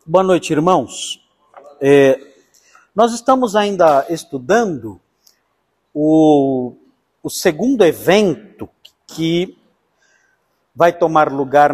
Boa noite, irmãos. Nós estamos ainda estudando o segundo evento que vai tomar lugar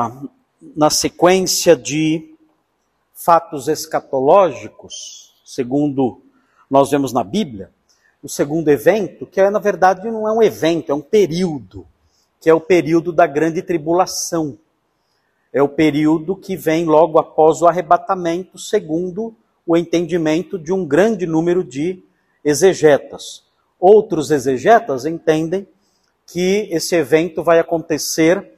na sequência de fatos escatológicos, segundo nós vemos na Bíblia. O segundo evento, que na verdade não é um evento, é um período, que é o período da grande tribulação. É o período que vem logo após o arrebatamento, segundo o entendimento de um grande número de exegetas. Outros exegetas entendem que esse evento vai acontecer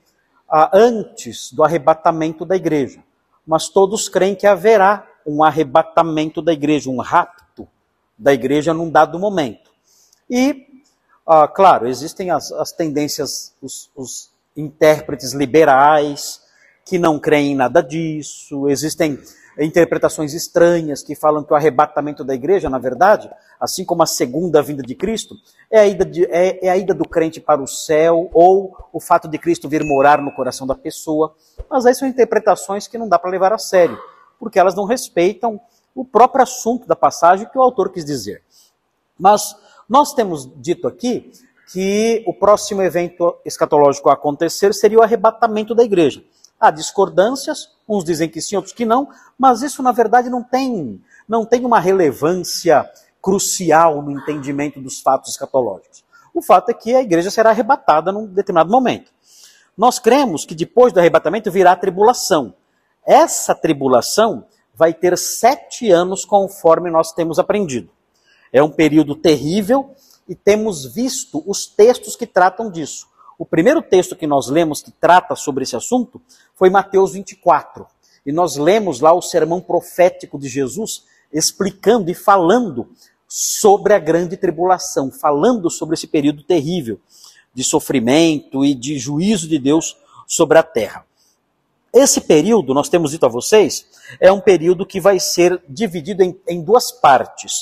antes do arrebatamento da igreja. Mas todos creem que haverá um arrebatamento da igreja, um rapto da igreja num dado momento. E, claro, existem as tendências, os intérpretes liberais, que não creem em nada disso. Existem interpretações estranhas que falam que o arrebatamento da igreja, na verdade, assim como a segunda vinda de Cristo, é a ida do crente para o céu, ou o fato de Cristo vir morar no coração da pessoa. Mas aí são interpretações que não dá para levar a sério, porque elas não respeitam o próprio assunto da passagem que o autor quis dizer. Mas nós temos dito aqui que o próximo evento escatológico a acontecer seria o arrebatamento da igreja. Há discordâncias, uns dizem que sim, outros que não, mas isso na verdade não tem uma relevância crucial no entendimento dos fatos escatológicos. O fato é que a igreja será arrebatada num determinado momento. Nós cremos que depois do arrebatamento virá a tribulação. Essa tribulação vai ter 7 anos, conforme nós temos aprendido. É um período terrível e temos visto os textos que tratam disso. O primeiro texto que nós lemos que trata sobre esse assunto foi Mateus 24. E nós lemos lá o sermão profético de Jesus explicando e falando sobre a grande tribulação, falando sobre esse período terrível de sofrimento e de juízo de Deus sobre a terra. Esse período, nós temos dito a vocês, é um período que vai ser dividido em 2 partes.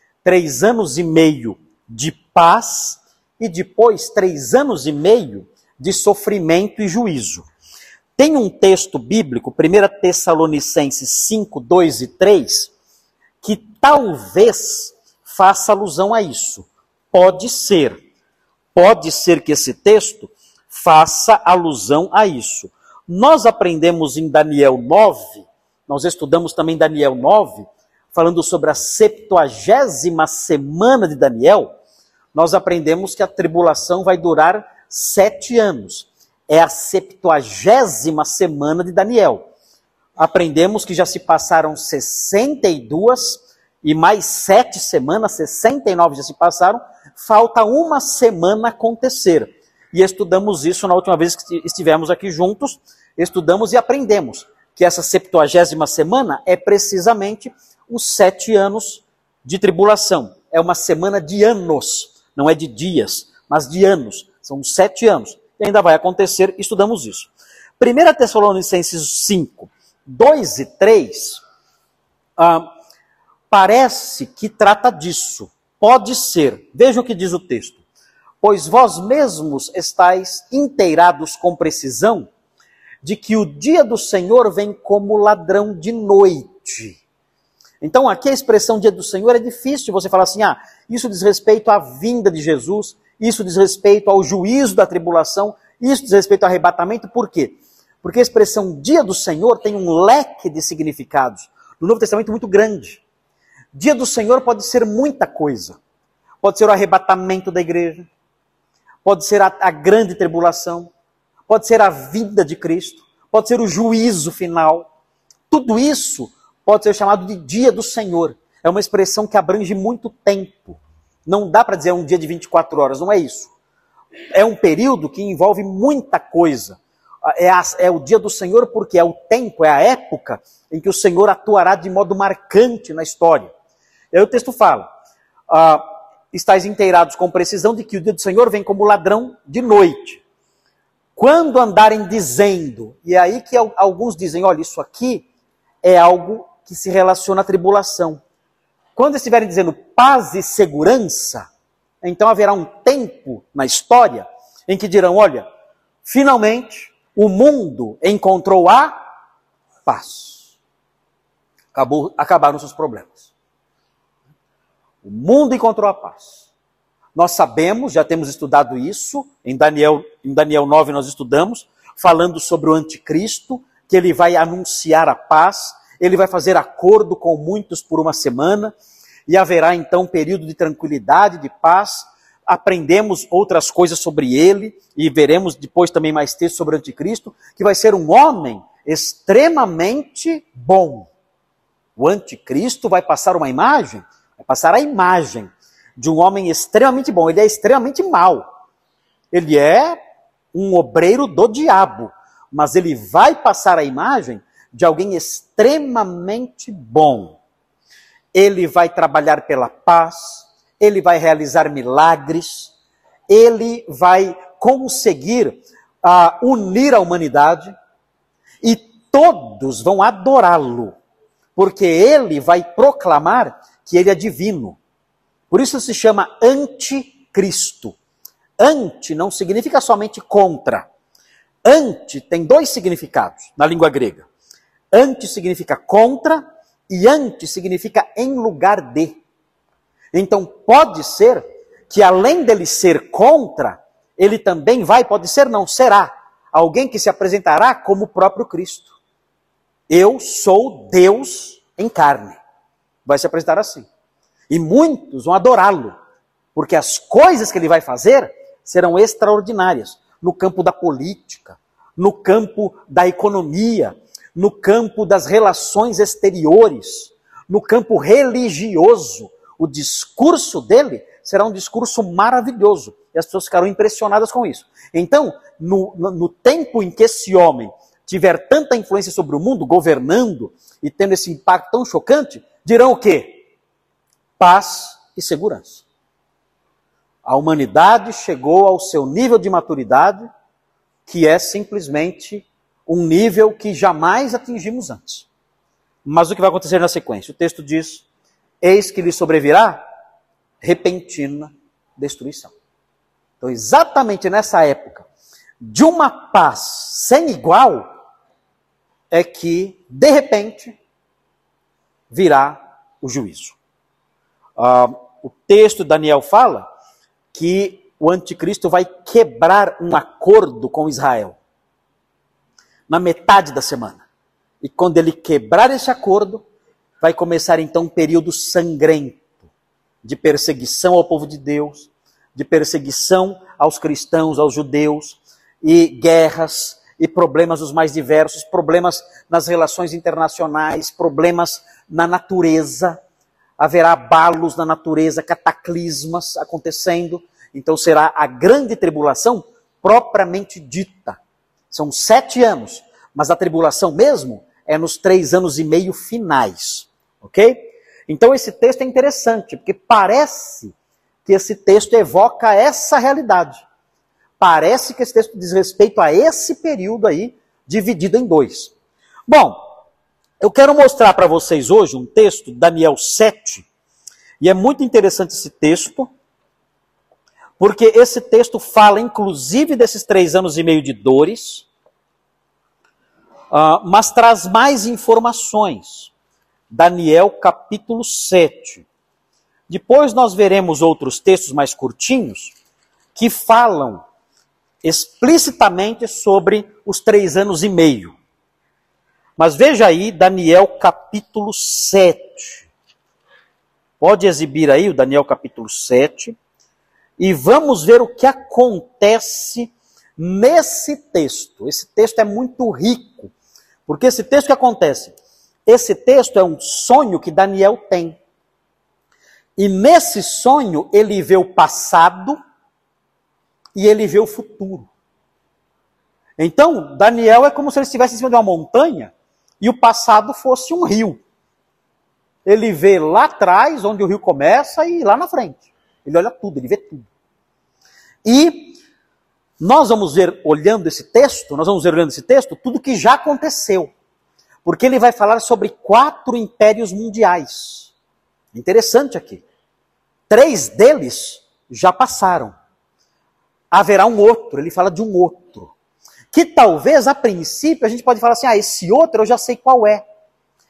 3 anos e meio de paz e depois 3 anos e meio de sofrimento e juízo. Tem um texto bíblico, 1 Tessalonicenses 5, 2 e 3, que talvez faça alusão a isso. Pode ser que esse texto faça alusão a isso. Nós aprendemos em Daniel 9, nós estudamos também Daniel 9, falando sobre a 70ª semana de Daniel. Nós aprendemos que a tribulação vai durar 7 anos. É a 70ª semana de Daniel. Aprendemos que já se passaram 62 e mais 7 semanas, 69 já se passaram. Falta 1 semana acontecer. E estudamos isso na última vez que estivemos aqui juntos. Estudamos e aprendemos que essa 70ª semana é precisamente os 7 anos de tribulação. É uma semana de anos. Não é de dias, mas de anos. São 7 anos. E ainda vai acontecer, estudamos isso. 1 Tessalonicenses 5, 2 e 3, parece que trata disso. Pode ser. Veja o que diz o texto. Pois vós mesmos estáis inteirados com precisão de que o dia do Senhor vem como ladrão de noite. Então aqui a expressão dia do Senhor é difícil você falar assim, isso diz respeito à vinda de Jesus, isso diz respeito ao juízo da tribulação, isso diz respeito ao arrebatamento. Por quê? Porque a expressão dia do Senhor tem um leque de significados no Novo Testamento muito grande. Dia do Senhor pode ser muita coisa. Pode ser o arrebatamento da igreja, pode ser a grande tribulação, pode ser a vinda de Cristo, pode ser o juízo final. Tudo isso pode ser chamado de dia do Senhor. É uma expressão que abrange muito tempo. Não dá para dizer um dia de 24 horas, não é isso. É um período que envolve muita coisa. É o dia do Senhor porque é o tempo, é a época em que o Senhor atuará de modo marcante na história. E aí o texto fala, estáis inteirados com precisão de que o dia do Senhor vem como ladrão de noite. Quando andarem dizendo, e é aí que alguns dizem, olha, isso aqui é algo que se relaciona à tribulação. Quando estiverem dizendo paz e segurança, então haverá um tempo na história em que dirão, olha, finalmente o mundo encontrou a paz. acabaram os seus problemas. O mundo encontrou a paz. Nós sabemos, já temos estudado isso, em Daniel 9 nós estudamos, falando sobre o anticristo, que ele vai anunciar a paz, ele vai fazer acordo com muitos por uma semana, e haverá então um período de tranquilidade, de paz. Aprendemos outras coisas sobre ele, e veremos depois também mais textos sobre o anticristo, que vai ser um homem extremamente bom. O anticristo vai passar uma imagem, vai passar a imagem de um homem extremamente bom. Ele é extremamente mau. Ele é um obreiro do diabo, mas ele vai passar a imagem de alguém extremamente bom. Ele vai trabalhar pela paz, ele vai realizar milagres, ele vai conseguir unir a humanidade e todos vão adorá-lo, porque ele vai proclamar que ele é divino. Por isso se chama anticristo. Anti não significa somente contra. Anti tem dois significados na língua grega. Anti significa contra e anti significa em lugar de. Então pode ser que além dele ser contra, ele também pode ser, não, será alguém que se apresentará como o próprio Cristo. Eu sou Deus em carne. Vai se apresentar assim. E muitos vão adorá-lo, porque as coisas que ele vai fazer serão extraordinárias. No campo da política, no campo da economia, no campo das relações exteriores, no campo religioso. O discurso dele será um discurso maravilhoso. E as pessoas ficarão impressionadas com isso. Então, no tempo em que esse homem tiver tanta influência sobre o mundo, governando e tendo esse impacto tão chocante, dirão o quê? Paz e segurança. A humanidade chegou ao seu nível de maturidade, que é simplesmente um nível que jamais atingimos antes. Mas o que vai acontecer na sequência? O texto diz: eis que lhe sobrevirá repentina destruição. Então, exatamente nessa época de uma paz sem igual, é que, de repente, virá o juízo. O texto de Daniel fala que o anticristo vai quebrar um acordo com Israel na metade da semana. E quando ele quebrar esse acordo, vai começar então um período sangrento de perseguição ao povo de Deus, de perseguição aos cristãos, aos judeus, e guerras e problemas os mais diversos, problemas nas relações internacionais, problemas na natureza. Haverá abalos na natureza, cataclismas acontecendo. Então será a grande tribulação propriamente dita. São 7 anos, mas a tribulação mesmo é nos 3 anos e meio finais. Ok? Então esse texto é interessante, porque parece que esse texto evoca essa realidade. Parece que esse texto diz respeito a esse período aí, dividido em 2. Bom, eu quero mostrar para vocês hoje um texto, Daniel 7, e é muito interessante esse texto, porque esse texto fala inclusive desses 3 anos e meio de dores, mas traz mais informações. Daniel capítulo 7. Depois nós veremos outros textos mais curtinhos, que falam explicitamente sobre os 3 anos e meio. Mas veja aí, Daniel capítulo 7. Pode exibir aí o Daniel capítulo 7. E vamos ver o que acontece nesse texto. Esse texto é muito rico. Porque esse texto que acontece? Esse texto é um sonho que Daniel tem. E nesse sonho ele vê o passado e ele vê o futuro. Então, Daniel é como se ele estivesse em cima de uma montanha e o passado fosse um rio. Ele vê lá atrás, onde o rio começa, e lá na frente. Ele olha tudo, ele vê tudo. E nós vamos ver, olhando esse texto, tudo que já aconteceu. Porque ele vai falar sobre 4 impérios mundiais. Interessante aqui. 3 deles já passaram. Haverá um outro, ele fala de um outro. Que talvez, a princípio, a gente pode falar assim, esse outro eu já sei qual é.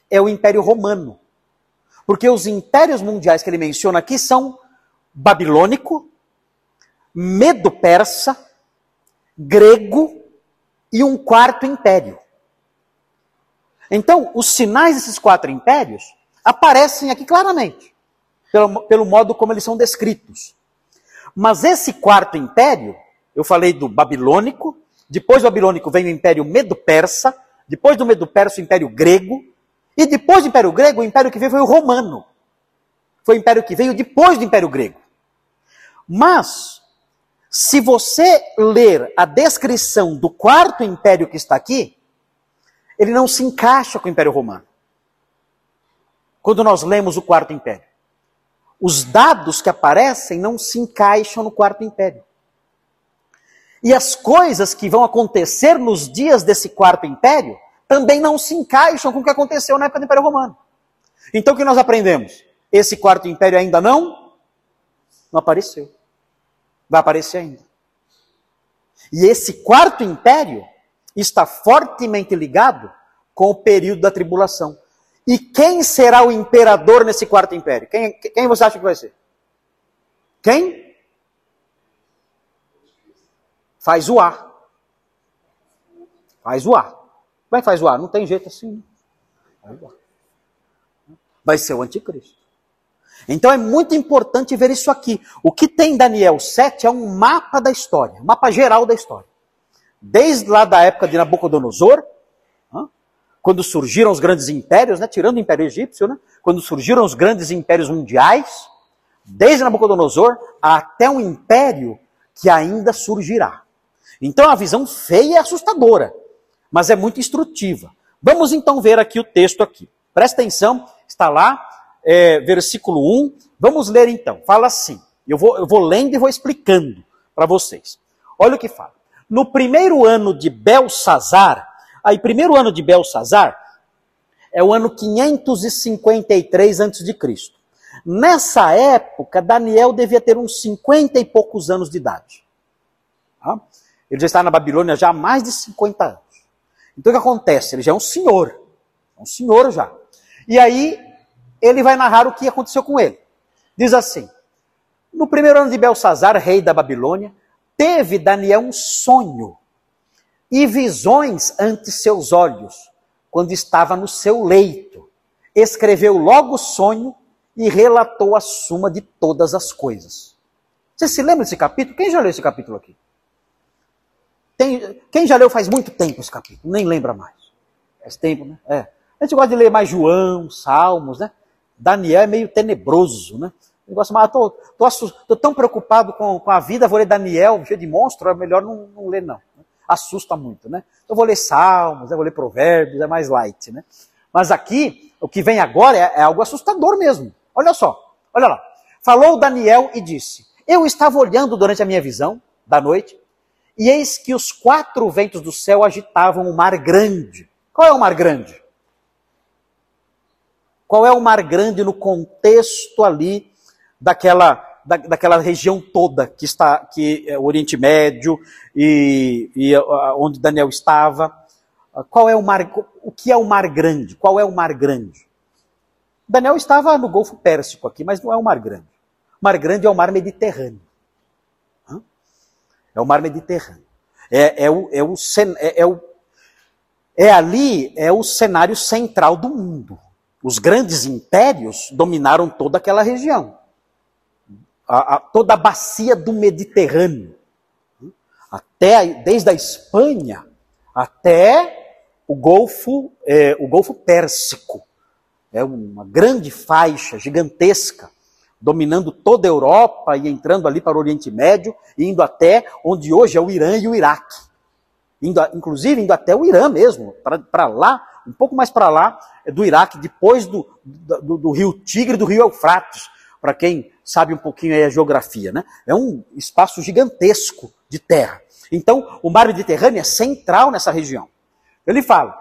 é o Império Romano. Porque os impérios mundiais que ele menciona aqui são babilônico, medo-persa, grego e um quarto império. Então, os sinais desses 4 impérios aparecem aqui claramente, pelo modo como eles são descritos. Mas esse quarto império, eu falei do babilônico, depois do babilônico vem o império medo-persa, depois do medo-persa o império grego, e depois do império grego, o império que veio foi o romano. Foi o império que veio depois do império grego. Mas, se você ler a descrição do quarto império que está aqui, ele não se encaixa com o Império Romano. Quando nós lemos o quarto império. Os dados que aparecem não se encaixam no quarto império. E as coisas que vão acontecer nos dias desse quarto império também não se encaixam com o que aconteceu na época do Império Romano. Então o que nós aprendemos? Esse quarto império ainda não apareceu. Vai aparecer ainda. E esse quarto império está fortemente ligado com o período da tribulação. E quem será o imperador nesse quarto império? Quem você acha que vai ser? Quem? Faz o A. Faz o A. Como é que faz o A? Não tem jeito assim. Vai ser o anticristo. Então é muito importante ver isso aqui. O que tem em Daniel 7 é um mapa da história, um mapa geral da história. Desde lá da época de Nabucodonosor, quando surgiram os grandes impérios, tirando o Império Egípcio, quando surgiram os grandes impérios mundiais, desde Nabucodonosor até um império que ainda surgirá. Então é uma visão feia e assustadora, mas é muito instrutiva. Vamos então ver aqui o texto aqui. Presta atenção, está lá, versículo 1. Vamos ler então. Fala assim, eu vou lendo e vou explicando para vocês. Olha o que fala. No primeiro ano de Belsazar, primeiro ano de Belsazar é o ano 553 a.C. Nessa época, Daniel devia ter uns 50 e poucos anos de idade. Ele já está na Babilônia já há mais de 50 anos. Então o que acontece? Ele já é um senhor já. E aí, ele vai narrar o que aconteceu com ele. Diz assim, no primeiro ano de Belsazar, rei da Babilônia, teve Daniel um sonho e visões ante seus olhos, quando estava no seu leito. Escreveu logo o sonho e relatou a suma de todas as coisas. Você se lembra desse capítulo? Quem já leu esse capítulo aqui? Quem já leu faz muito tempo esse capítulo? Nem lembra mais. Faz tempo, né? A gente gosta de ler mais João, Salmos, né? Daniel é meio tenebroso, né? Negócio, mas tô tão preocupado com a vida, vou ler Daniel, cheio de monstro, é melhor não ler não. Assusta muito, né? Eu vou ler Salmos, eu vou ler Provérbios, é mais light, né? Mas aqui, o que vem agora é algo assustador mesmo. Olha só, olha lá. Falou Daniel e disse, eu estava olhando durante a minha visão da noite, e eis que os 4 ventos do céu agitavam o mar grande. Qual é o mar grande? Qual é o mar grande no contexto ali daquela região toda que é o Oriente Médio e onde Daniel estava? Qual é o mar? O que é o mar grande? Qual é o mar grande? Daniel estava no Golfo Pérsico aqui, mas não é o mar grande. O mar grande é o mar Mediterrâneo. É o mar Mediterrâneo. Ali o cenário central do mundo. Os grandes impérios dominaram toda aquela região. Toda a bacia do Mediterrâneo. Desde a Espanha até o Golfo Pérsico. É uma grande faixa gigantesca, dominando toda a Europa e entrando ali para o Oriente Médio, indo até onde hoje é o Irã e o Iraque. Inclusive indo até o Irã mesmo, para lá, um pouco mais para lá, do Iraque, depois do rio Tigre e do rio Eufrates, para quem sabe um pouquinho aí a geografia, né? É um espaço gigantesco de terra. Então, o mar Mediterrâneo é central nessa região. Ele fala,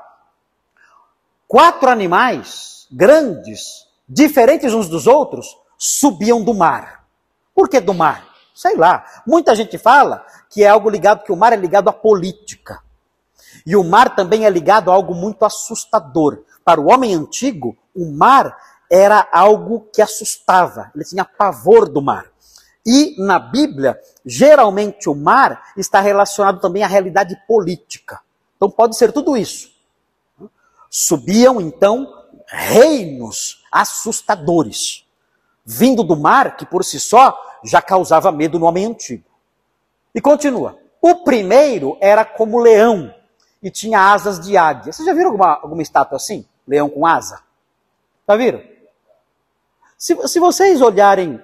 4 animais grandes, diferentes uns dos outros, subiam do mar. Por que do mar? Sei lá. Muita gente fala que é algo ligado, que o mar é ligado à política. E o mar também é ligado a algo muito assustador. Para o homem antigo, o mar era algo que assustava, ele tinha pavor do mar. E na Bíblia, geralmente o mar está relacionado também à realidade política. Então pode ser tudo isso. Subiam então reinos assustadores, vindo do mar, que por si só já causava medo no homem antigo. E continua. O primeiro era como leão e tinha asas de águia. Vocês já viram alguma estátua assim? Leão com asa? Já viram? Se vocês olharem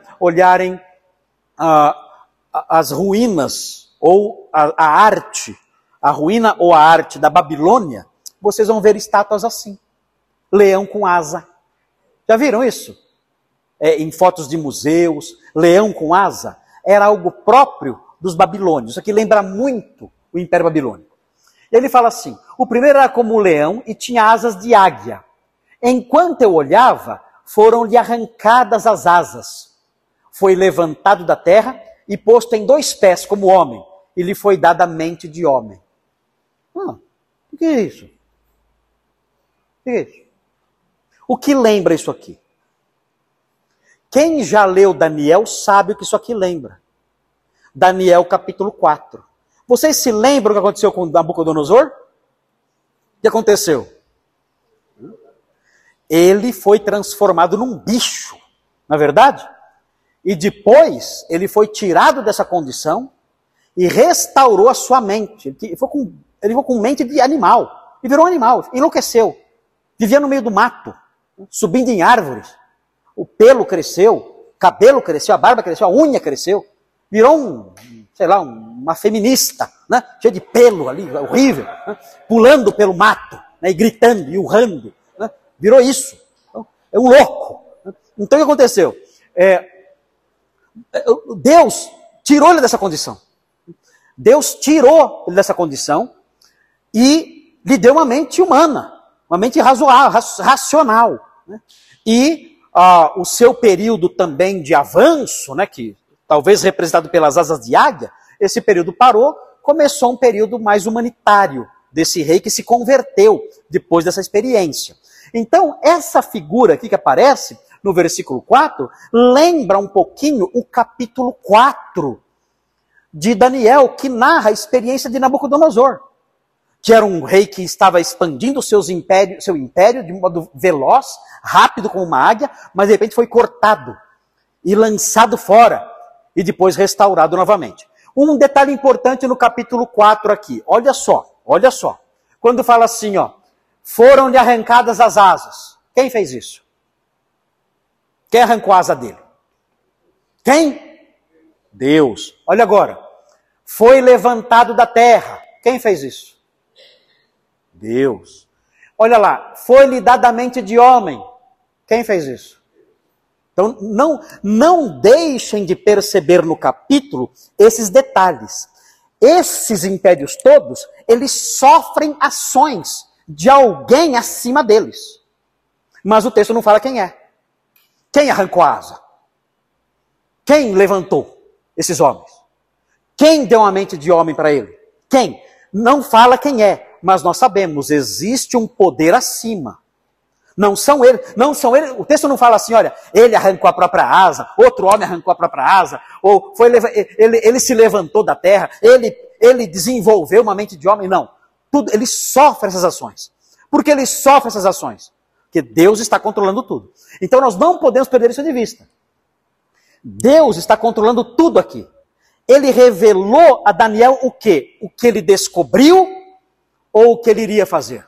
as ruínas ou a arte, a ruína ou a arte da Babilônia, vocês vão ver estátuas assim. Leão com asa. Já viram isso? Em fotos de museus, leão com asa. Era algo próprio dos babilônios. Isso aqui lembra muito o Império Babilônico. Ele fala assim, o primeiro era como um leão e tinha asas de águia. Enquanto eu olhava, foram-lhe arrancadas as asas. Foi levantado da terra e posto em 2 pés como homem. E lhe foi dada a mente de homem. O que é isso? O que é isso? O que lembra isso aqui? Quem já leu Daniel sabe o que isso aqui lembra. Daniel capítulo 4. Vocês se lembram o que aconteceu com Nabucodonosor? O que aconteceu? Ele foi transformado num bicho, não é verdade? E depois ele foi tirado dessa condição e restaurou a sua mente. Ele ficou com mente de animal. E virou um animal, enlouqueceu. Vivia no meio do mato, subindo em árvores. O pelo cresceu, o cabelo cresceu, a barba cresceu, a unha cresceu. Virou uma feminista, né? Cheia de pelo ali, horrível, né? Pulando pelo mato, né? E gritando e urrando. Né? Virou isso. Então, é um louco. Então o que aconteceu? Deus tirou ele dessa condição. Deus tirou ele dessa condição e lhe deu uma mente humana, uma mente racional. Né? E o seu período também de avanço, né, que talvez representado pelas asas de águia, esse período parou, começou um período mais humanitário desse rei que se converteu depois dessa experiência. Então, essa figura aqui que aparece no versículo 4, lembra um pouquinho o capítulo 4 de Daniel, que narra a experiência de Nabucodonosor, que era um rei que estava expandindo seu império de modo veloz, rápido como uma águia, mas de repente foi cortado e lançado fora, e depois restaurado novamente. Um detalhe importante no capítulo 4 aqui, olha só. Quando fala assim, foram-lhe arrancadas as asas. Quem fez isso? Quem arrancou a asa dele? Quem? Deus. Olha agora. Foi levantado da terra. Quem fez isso? Deus. Olha lá. Foi-lhe dada a mente de homem. Quem fez isso? Então, não deixem de perceber no capítulo esses detalhes. Esses impérios todos, eles sofrem ações de alguém acima deles. Mas o texto não fala quem é. Quem arrancou a asa? Quem levantou esses homens? Quem deu uma mente de homem para ele? Quem? Não fala quem é, mas nós sabemos, existe um poder acima. Não são eles. O texto não fala assim, olha, ele arrancou a própria asa, outro homem arrancou a própria asa, ou ele se levantou da terra, ele desenvolveu uma mente de homem, não. Ele sofre essas ações. Por que ele sofre essas ações? Porque Deus está controlando tudo. Então nós não podemos perder isso de vista. Deus está controlando tudo aqui. Ele revelou a Daniel o quê? O que ele descobriu ou o que ele iria fazer?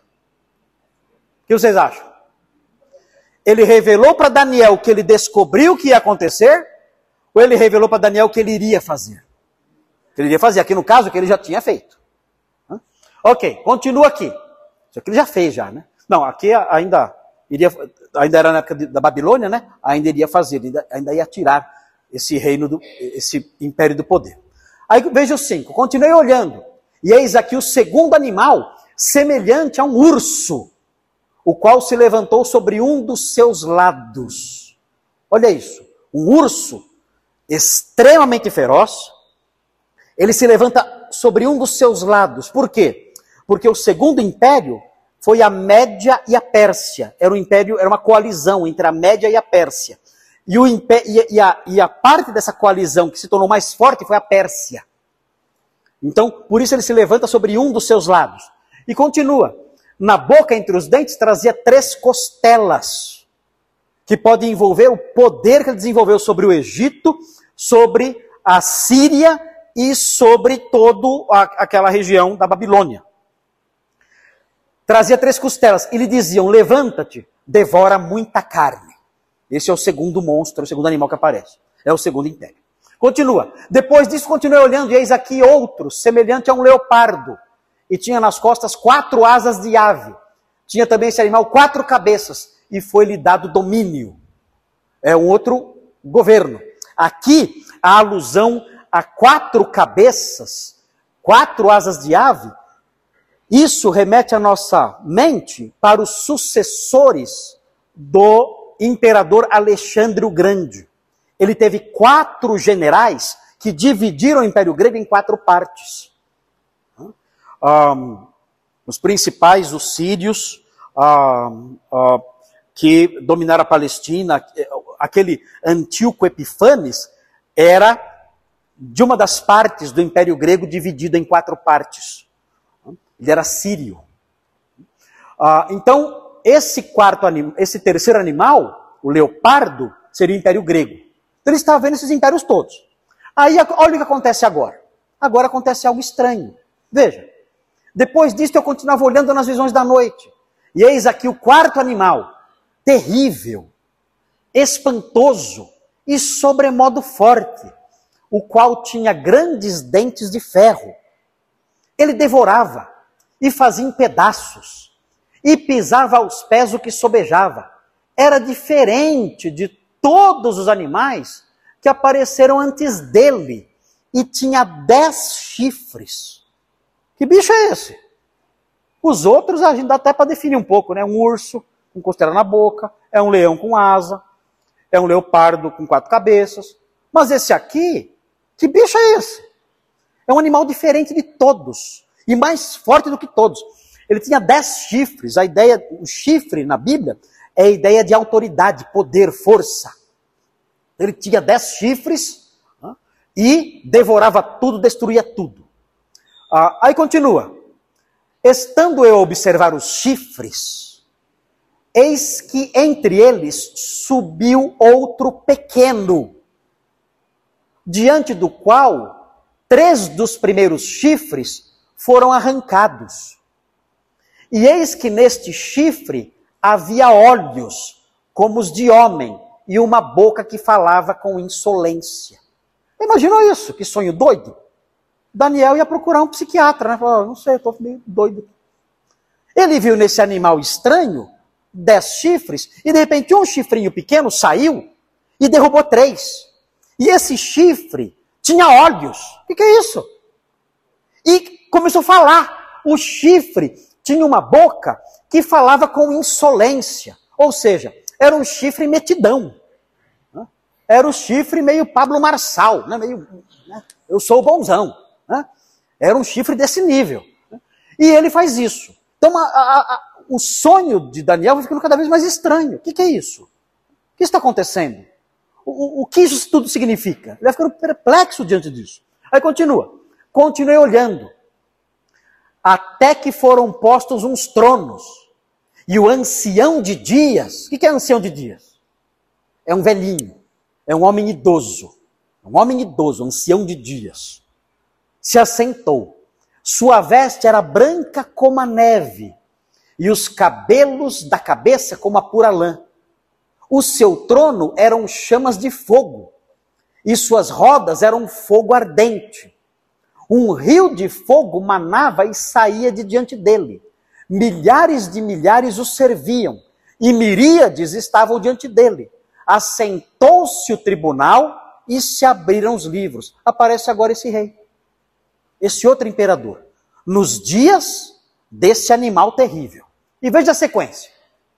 O que vocês acham? Ele revelou para Daniel o que ele descobriu que ia acontecer, ou ele revelou para Daniel o que ele iria fazer? O que ele iria fazer, aqui no caso, o que ele já tinha feito. Ok, continua aqui. Isso aqui ele já fez já, né? Não, aqui ainda era na época da Babilônia, né? Ainda iria fazer, ainda ia tirar esse reino, esse império do poder. Aí veja o 5, continuei olhando, e eis aqui o segundo animal, semelhante a um urso, o qual se levantou sobre um dos seus lados. Olha isso, um urso extremamente feroz, ele se levanta sobre um dos seus lados. Por quê? Porque o segundo império foi a Média e a Pérsia. Era um império, era uma coalizão entre a Média e a Pérsia. E a parte dessa coalizão que se tornou mais forte foi a Pérsia. Então, por isso ele se levanta sobre um dos seus lados. E continua. Na boca, entre os dentes, trazia 3 costelas, que podem envolver o poder que ele desenvolveu sobre o Egito, sobre a Síria e sobre toda aquela região da Babilônia. Trazia 3 costelas e lhe diziam, levanta-te, devora muita carne. Esse é o segundo monstro, o segundo animal que aparece. É o segundo império. Continua. Depois disso, continuei olhando, e eis aqui outro, semelhante a um leopardo. E tinha nas costas 4 asas de ave. Tinha também esse animal 4 cabeças. E foi-lhe dado domínio. É um outro governo. Aqui, a alusão a 4 cabeças, 4 asas de ave, isso remete a nossa mente para os sucessores do imperador Alexandre o Grande. Ele teve 4 generais que dividiram o Império Grego em 4 partes. Os principais, os sírios, que dominaram a Palestina, aquele Antíoco Epifanes, era de uma das partes do Império Grego dividido em 4 partes. Ele era sírio. Então, esse terceiro animal, o leopardo, seria o Império Grego. Então ele estava vendo esses impérios todos. Aí, olha o que acontece agora. Agora acontece algo estranho. Veja. Depois disso, eu continuava olhando nas visões da noite. E eis aqui o 4º animal, terrível, espantoso e sobremodo forte, o qual tinha grandes dentes de ferro. Ele devorava e fazia em pedaços, e pisava aos pés o que sobejava. Era diferente de todos os animais que apareceram antes dele, e tinha 10 chifres. Que bicho é esse? Os outros a gente dá até para definir um pouco, né? Um urso com costela na boca, é um leão com asa, é um leopardo com 4 cabeças. Mas esse aqui, que bicho é esse? É um animal diferente de todos e mais forte do que todos. Ele tinha 10 chifres. O chifre na Bíblia é a ideia de autoridade, poder, força. Ele tinha 10 chifres e devorava tudo, destruía tudo. Aí continua. Estando eu a observar os chifres, eis que entre eles subiu outro pequeno, diante do qual 3 dos primeiros chifres foram arrancados. E eis que neste chifre havia olhos como os de homem e uma boca que falava com insolência. Imaginou isso? Que sonho doido. Daniel ia procurar um psiquiatra, né? Falou, não sei, estou meio doido. Ele viu nesse animal estranho 10 chifres e de repente um chifrinho pequeno saiu e derrubou 3. E esse chifre tinha olhos. O que é isso? E começou a falar. O chifre tinha uma boca que falava com insolência. Ou seja, era um chifre metidão. Era um chifre meio Pablo Marçal. Né? Eu sou o bonzão. Era um chifre desse nível. E ele faz isso. Então, o sonho de Daniel vai ficando cada vez mais estranho. O que é isso? O que está acontecendo? O que isso tudo significa? Ele vai ficando perplexo diante disso. Aí continua. Continuei olhando. Até que foram postos uns tronos. E o ancião de dias. O que é ancião de dias? É um velhinho. É um homem idoso. Um homem idoso, ancião de dias. Se assentou. Sua veste era branca como a neve, e os cabelos da cabeça como a pura lã. O seu trono eram chamas de fogo, e suas rodas eram fogo ardente. Um rio de fogo manava e saía de diante dele. Milhares de milhares o serviam, e miríades estavam diante dele. Assentou-se o tribunal e se abriram os livros. Aparece agora esse rei. Esse outro imperador, nos dias desse animal terrível. E veja a sequência.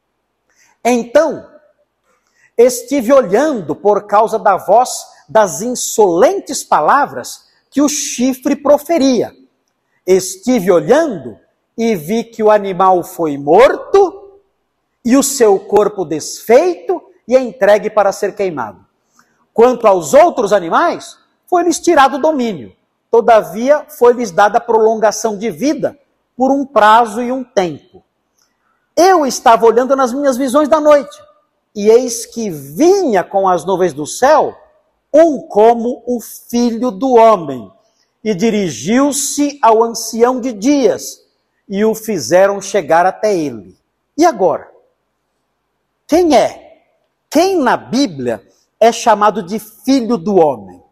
Então, estive olhando por causa da voz das insolentes palavras que o chifre proferia. Estive olhando e vi que o animal foi morto e o seu corpo desfeito e entregue para ser queimado. Quanto aos outros animais, foi-lhes tirado o domínio. Todavia, foi-lhes dada prolongação de vida por um prazo e um tempo. Eu estava olhando nas minhas visões da noite, e eis que vinha com as nuvens do céu um como o Filho do Homem, e dirigiu-se ao ancião de dias, e o fizeram chegar até ele. E agora? Quem é? Quem na Bíblia é chamado de Filho do Homem?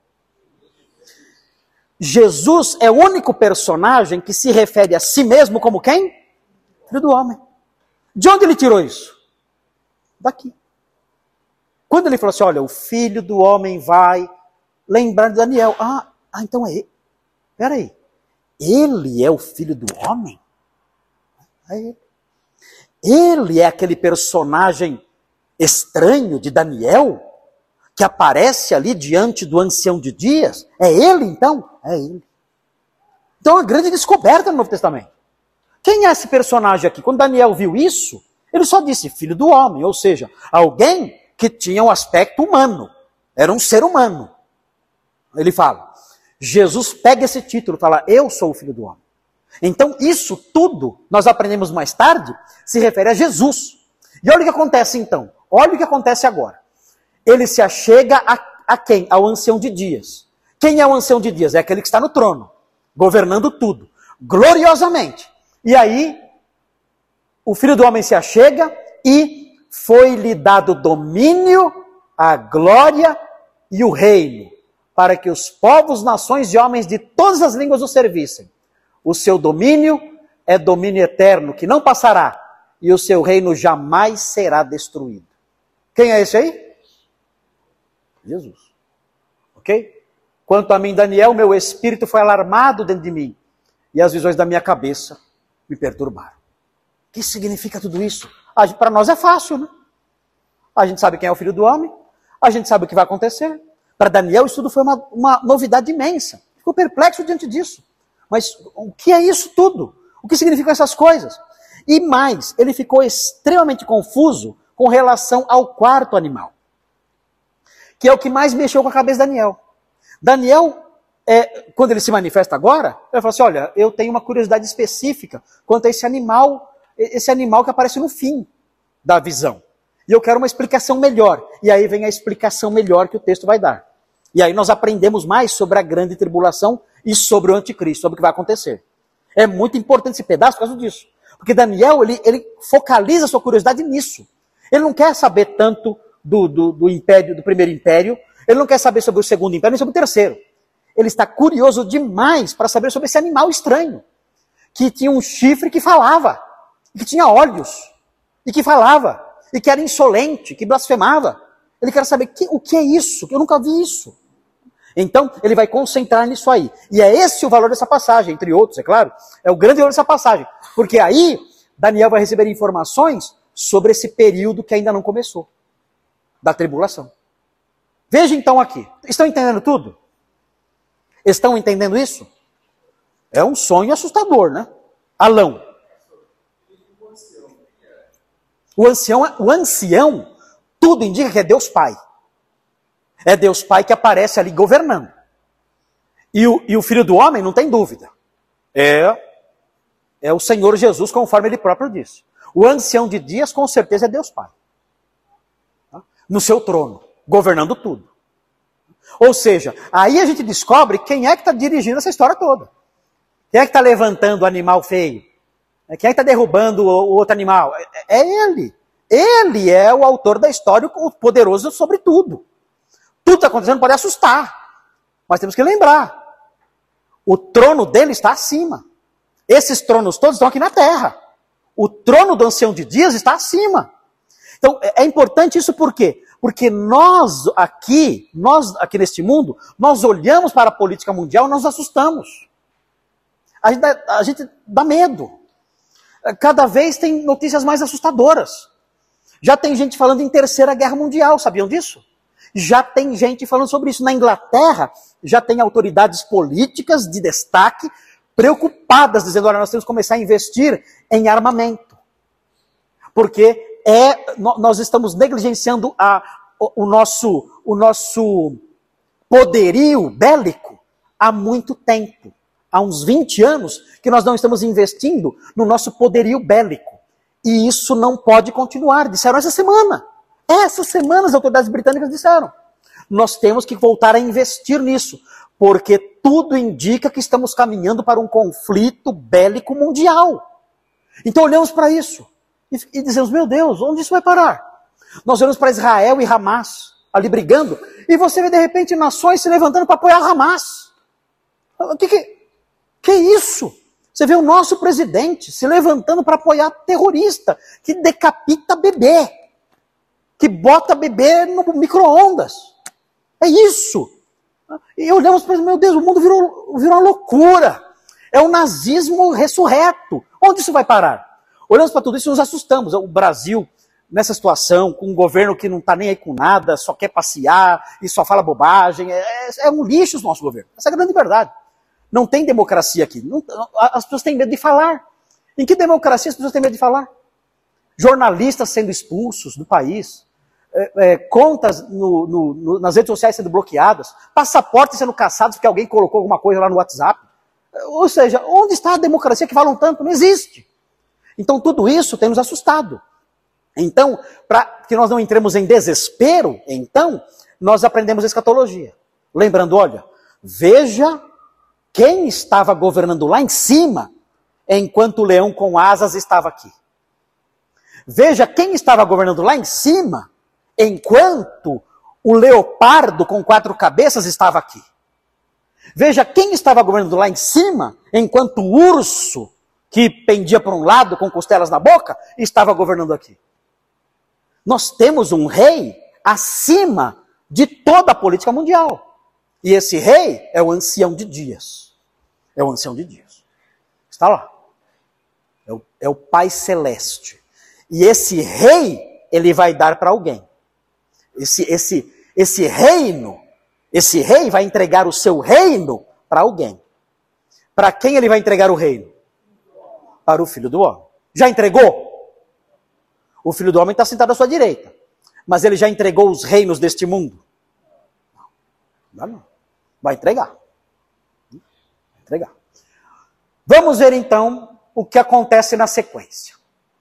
Jesus é o único personagem que se refere a si mesmo como quem? Filho do Homem. De onde ele tirou isso? Daqui. Quando ele falou assim, olha, o Filho do Homem vai lembrar de Daniel. Então é ele. Peraí. Ele é o Filho do Homem? É ele. Ele é aquele personagem estranho de Daniel, que aparece ali diante do ancião de dias? É ele, então? É ele. Então, é uma grande descoberta no Novo Testamento. Quem é esse personagem aqui? Quando Daniel viu isso, ele só disse Filho do Homem, ou seja, alguém que tinha um aspecto humano. Era um ser humano. Ele fala, Jesus pega esse título e fala, eu sou o Filho do Homem. Então, isso tudo, nós aprendemos mais tarde, se refere a Jesus. E olha o que acontece então. Olha o que acontece agora. Ele se achega a quem? Ao ancião de dias. Quem é o ancião de dias? É aquele que está no trono, governando tudo, gloriosamente. E aí, o Filho do Homem se achega e foi-lhe dado domínio, a glória e o reino, para que os povos, nações e homens de todas as línguas o servissem. O seu domínio é domínio eterno, que não passará, e o seu reino jamais será destruído. Quem é esse aí? Jesus. Ok? Quanto a mim, Daniel, meu espírito foi alarmado dentro de mim, e as visões da minha cabeça me perturbaram. O que significa tudo isso? Para nós é fácil, né? A gente sabe quem é o Filho do Homem, a gente sabe o que vai acontecer. Para Daniel, isso tudo foi uma novidade imensa. Ficou perplexo diante disso. Mas o que é isso tudo? O que significam essas coisas? E mais, ele ficou extremamente confuso com relação ao quarto animal, que é o que mais mexeu com a cabeça de Daniel. Daniel, quando ele se manifesta agora, ele fala assim, olha, eu tenho uma curiosidade específica quanto a esse animal que aparece no fim da visão. E eu quero uma explicação melhor. E aí vem a explicação melhor que o texto vai dar. E aí nós aprendemos mais sobre a grande tribulação e sobre o anticristo, sobre o que vai acontecer. É muito importante esse pedaço por causa disso. Porque Daniel, ele focaliza a sua curiosidade nisso. Ele não quer saber tanto do império, do primeiro império, ele não quer saber sobre o segundo império, nem sobre o terceiro. Ele está curioso demais para saber sobre esse animal estranho, que tinha um chifre que falava, que tinha olhos, e que falava, e que era insolente, que blasfemava. Ele quer saber o que é isso, que eu nunca vi isso. Então, ele vai concentrar nisso aí. E é esse o valor dessa passagem, entre outros, é claro. É o grande valor dessa passagem. Porque aí, Daniel vai receber informações sobre esse período que ainda não começou, da tribulação. Veja então aqui. Estão entendendo tudo? Estão entendendo isso? É um sonho assustador, né? Alão. O ancião, tudo indica que é Deus Pai. É Deus Pai que aparece ali governando. E o Filho do Homem, não tem dúvida. É o Senhor Jesus, conforme ele próprio disse. O ancião de dias, com certeza, é Deus Pai. No seu trono, governando tudo. Ou seja, aí a gente descobre quem é que está dirigindo essa história toda. Quem é que está levantando o animal feio? Quem é que está derrubando o outro animal? É ele. Ele é o autor da história, o poderoso sobre tudo. Tudo está acontecendo pode assustar. Mas temos que lembrar. O trono dele está acima. Esses tronos todos estão aqui na terra. O trono do ancião de dias está acima. Então, é importante isso por quê? Porque nós aqui neste mundo, nós olhamos para a política mundial e nós nos assustamos. A gente dá medo. Cada vez tem notícias mais assustadoras. Já tem gente falando em terceira guerra mundial, sabiam disso? Já tem gente falando sobre isso. Na Inglaterra, já tem autoridades políticas de destaque preocupadas, dizendo, olha, nós temos que começar a investir em armamento. Porque nós estamos negligenciando o nosso poderio bélico há muito tempo. Há uns 20 anos que nós não estamos investindo no nosso poderio bélico. E isso não pode continuar, disseram essa semana. Essa semana as autoridades britânicas disseram. Nós temos que voltar a investir nisso, porque tudo indica que estamos caminhando para um conflito bélico mundial. Então olhamos para isso e dizemos, meu Deus, onde isso vai parar? Nós olhamos para Israel e Hamas ali brigando, e você vê de repente nações se levantando para apoiar Hamas. Que isso? Você vê o nosso presidente se levantando para apoiar terrorista, que decapita bebê, que bota bebê no micro-ondas. É isso. E olhamos para isso, meu Deus, o mundo virou uma loucura. É o nazismo ressurreto. Onde isso vai parar? Olhamos para tudo isso e nos assustamos. O Brasil, nessa situação, com um governo que não está nem aí com nada, só quer passear e só fala bobagem. É um lixo o nosso governo. Essa é a grande verdade. Não tem democracia aqui. As pessoas têm medo de falar. Em que democracia as pessoas têm medo de falar? Jornalistas sendo expulsos do país. Contas nas redes sociais sendo bloqueadas. Passaportes sendo caçados porque alguém colocou alguma coisa lá no WhatsApp. Ou seja, onde está a democracia que falam tanto? Não existe. Então tudo isso tem nos assustado. Então, para que nós não entremos em desespero, então, nós aprendemos escatologia. Lembrando, olha, veja quem estava governando lá em cima, enquanto o leão com asas estava aqui. Veja quem estava governando lá em cima, enquanto o leopardo com 4 cabeças estava aqui. Veja quem estava governando lá em cima, enquanto o urso, que pendia para um lado com costelas na boca, estava governando aqui. Nós temos um rei acima de toda a política mundial. E esse rei é o ancião de dias. É o ancião de dias. Está lá. É o Pai Celeste. E esse rei, ele vai dar para alguém. Esse reino, esse rei vai entregar o seu reino para alguém. Para quem ele vai entregar o reino? Para o Filho do Homem. Já entregou? O Filho do Homem está sentado à sua direita. Mas ele já entregou os reinos deste mundo? Não. Vai entregar. Vai entregar. Vamos ver então o que acontece na sequência.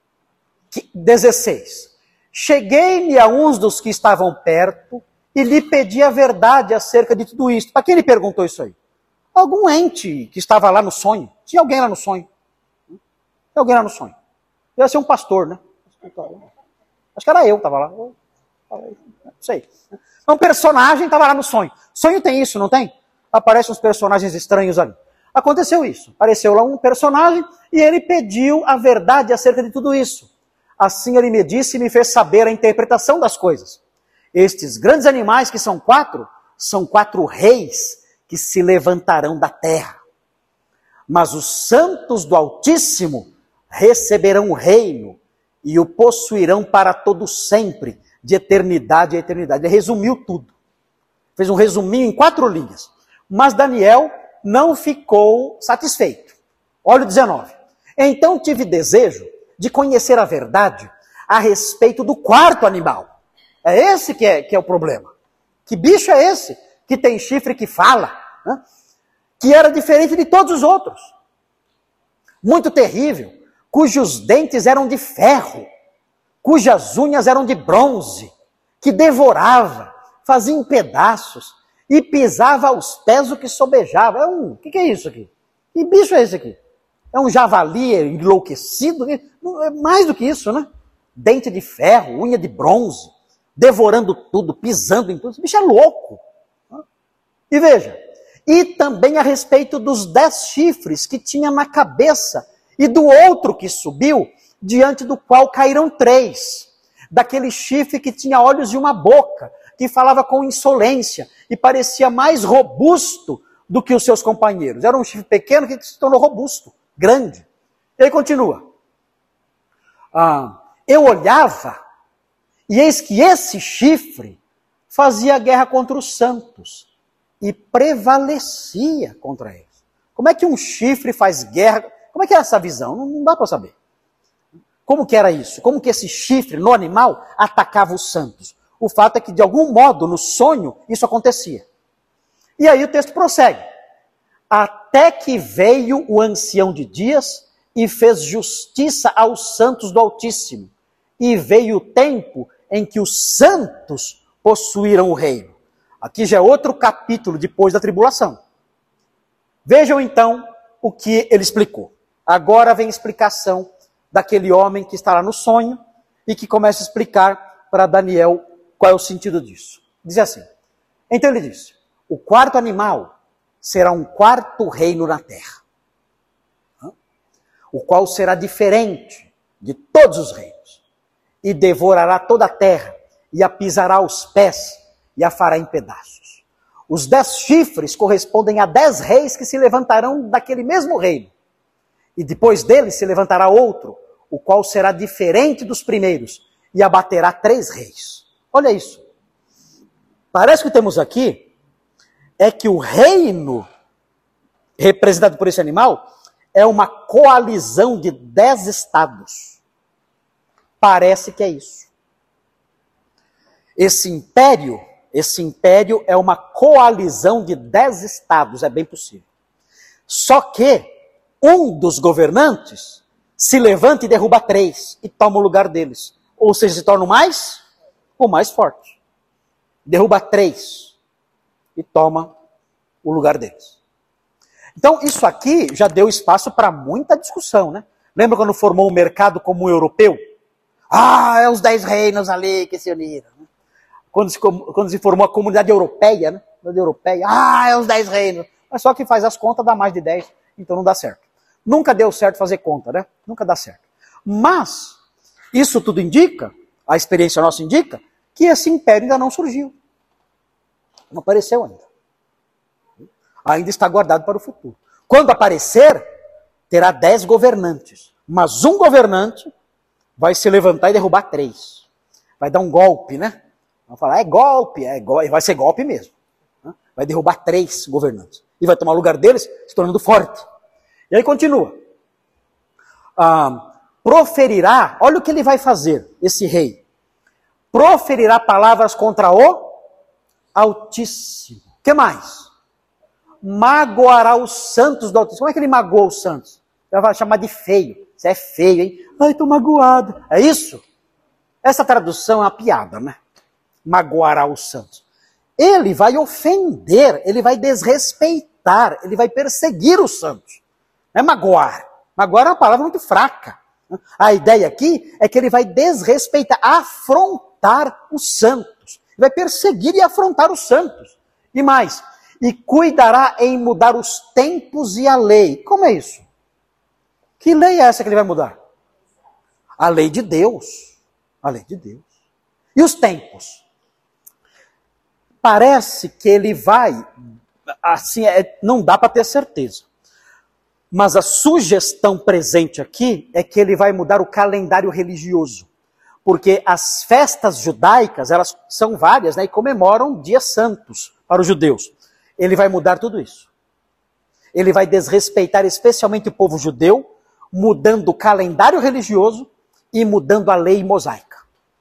16. Cheguei-me a uns dos que estavam perto e lhe pedi a verdade acerca de tudo isto. Para quem ele perguntou isso aí? Algum ente que estava lá no sonho. Tinha alguém lá no sonho. Tinha alguém lá no sonho. Devia ser um pastor, né? Acho que era eu que estava lá. Não sei. Um personagem estava lá no sonho. Sonho tem isso, não tem? Aparecem uns personagens estranhos ali. Aconteceu isso. Apareceu lá um personagem e ele pediu a verdade acerca de tudo isso. Assim ele me disse e me fez saber a interpretação das coisas. Estes grandes animais, que são 4 reis que se levantarão da terra. Mas os santos do Altíssimo receberão o reino e o possuirão para todo sempre, de eternidade a eternidade. Ele resumiu tudo. Fez um resuminho em 4 linhas. Mas Daniel não ficou satisfeito. Olha o 19. Então tive desejo de conhecer a verdade a respeito do 4º animal. É esse que é o problema. Que bicho é esse que tem chifre que fala? Né? Que era diferente de todos os outros. Muito terrível. Cujos dentes eram de ferro. Cujas unhas eram de bronze. Que devorava, fazia em pedaços e pisava aos pés o que sobejava. O que é isso aqui? Que bicho é esse aqui? É um javali enlouquecido? É mais do que isso, né? Dente de ferro, unha de bronze, devorando tudo, pisando em tudo. Esse bicho é louco. E veja, e também a respeito dos 10 chifres que tinha na cabeça e do outro que subiu, diante do qual caíram 3. Daquele chifre que tinha olhos e uma boca, que falava com insolência e parecia mais robusto do que os seus companheiros. Era um chifre pequeno que se tornou robusto, grande. Ele continua. Eu olhava e eis que esse chifre fazia guerra contra os santos e prevalecia contra eles. Como é que um chifre faz guerra? Como é que é essa visão? Não dá para saber. Como que era isso? Como que esse chifre no animal atacava os santos? O fato é que, de algum modo, no sonho, isso acontecia. E aí o texto prossegue. Até que veio o ancião de dias e fez justiça aos santos do Altíssimo. E veio o tempo em que os santos possuíram o reino. Aqui já é outro capítulo depois da tribulação. Vejam então o que ele explicou. Agora vem a explicação daquele homem que está lá no sonho e que começa a explicar para Daniel qual é o sentido disso. Diz assim, então ele disse, o quarto animal será um quarto reino na terra, o qual será diferente de todos os reinos, e devorará toda a terra, e a pisará aos pés, e a fará em pedaços. Os 10 chifres correspondem a 10 reis que se levantarão daquele mesmo reino. E depois dele se levantará outro, o qual será diferente dos primeiros, e abaterá 3 reis. Olha isso. Parece que o que temos aqui é que o reino representado por esse animal é uma coalizão de 10 estados. Parece que é isso. Esse império é uma coalizão de 10 estados, é bem possível. Só que um dos governantes se levanta e derruba 3 e toma o lugar deles. Ou seja, se torna o mais forte. Derruba 3 e toma o lugar deles. Então, isso aqui já deu espaço para muita discussão, né? Lembra quando formou o mercado comum europeu? É os 10 reinos ali que se uniram. Quando se formou a comunidade europeia, né? É os 10 reinos. Mas só que faz as contas dá mais de 10, então não dá certo. Nunca deu certo fazer conta, né? Nunca dá certo. Mas, isso tudo indica, a experiência nossa indica, que esse império ainda não surgiu. Não apareceu ainda. Ainda está guardado para o futuro. Quando aparecer, terá 10 governantes. Mas um governante vai se levantar e derrubar 3. Vai dar um golpe, né? Vão falar, é golpe, vai ser golpe mesmo. Vai derrubar 3 governantes. E vai tomar o lugar deles, se tornando forte. E aí continua. Proferirá, olha o que ele vai fazer, esse rei. Proferirá palavras contra o Altíssimo. O que mais? Magoará os santos do Altíssimo. Como é que ele magoa os santos? Ele vai chamar de feio. Você é feio, hein? Ai, estou magoado. É isso? Essa tradução é uma piada, né? Magoará os santos. Ele vai ofender, ele vai desrespeitar, ele vai perseguir os santos. Não é magoar. Magoar é uma palavra muito fraca. A ideia aqui é que ele vai desrespeitar, afrontar os santos. Ele vai perseguir e afrontar os santos. E mais, e cuidará em mudar os tempos e a lei. Como é isso? Que lei é essa que ele vai mudar? A lei de Deus. A lei de Deus. E os tempos? Parece que ele vai, assim, não dá para ter certeza. Mas a sugestão presente aqui é que ele vai mudar o calendário religioso. Porque as festas judaicas, elas são várias, né, e comemoram dias santos para os judeus. Ele vai mudar tudo isso. Ele vai desrespeitar especialmente o povo judeu, mudando o calendário religioso e mudando a lei mosaica.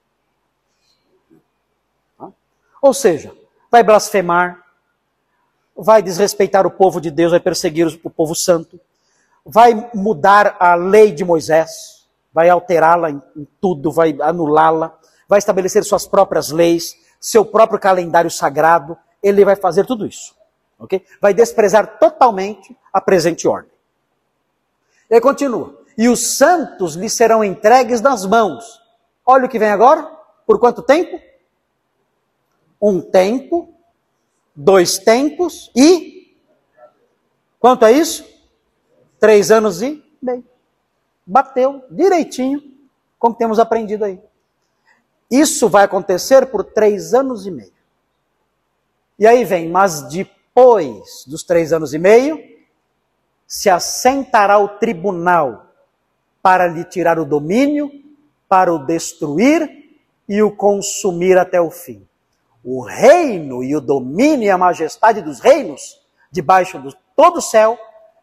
Ou seja, vai blasfemar, vai desrespeitar o povo de Deus, vai perseguir o povo santo, vai mudar a lei de Moisés, vai alterá-la em tudo, vai anulá-la, vai estabelecer suas próprias leis, seu próprio calendário sagrado, ele vai fazer tudo isso. Okay? Vai desprezar totalmente a presente ordem. E aí continua. E os santos lhe serão entregues nas mãos. Olha o que vem agora. Por quanto tempo? 1 tempo, 2 tempos e... Quanto é isso? 3 anos e meio. Bateu direitinho com o que temos aprendido aí. Isso vai acontecer por 3 anos e meio. E aí vem, mas depois dos 3 anos e meio, se assentará o tribunal para lhe tirar o domínio, para o destruir e o consumir até o fim. O reino e o domínio e a majestade dos reinos, debaixo de todo o céu,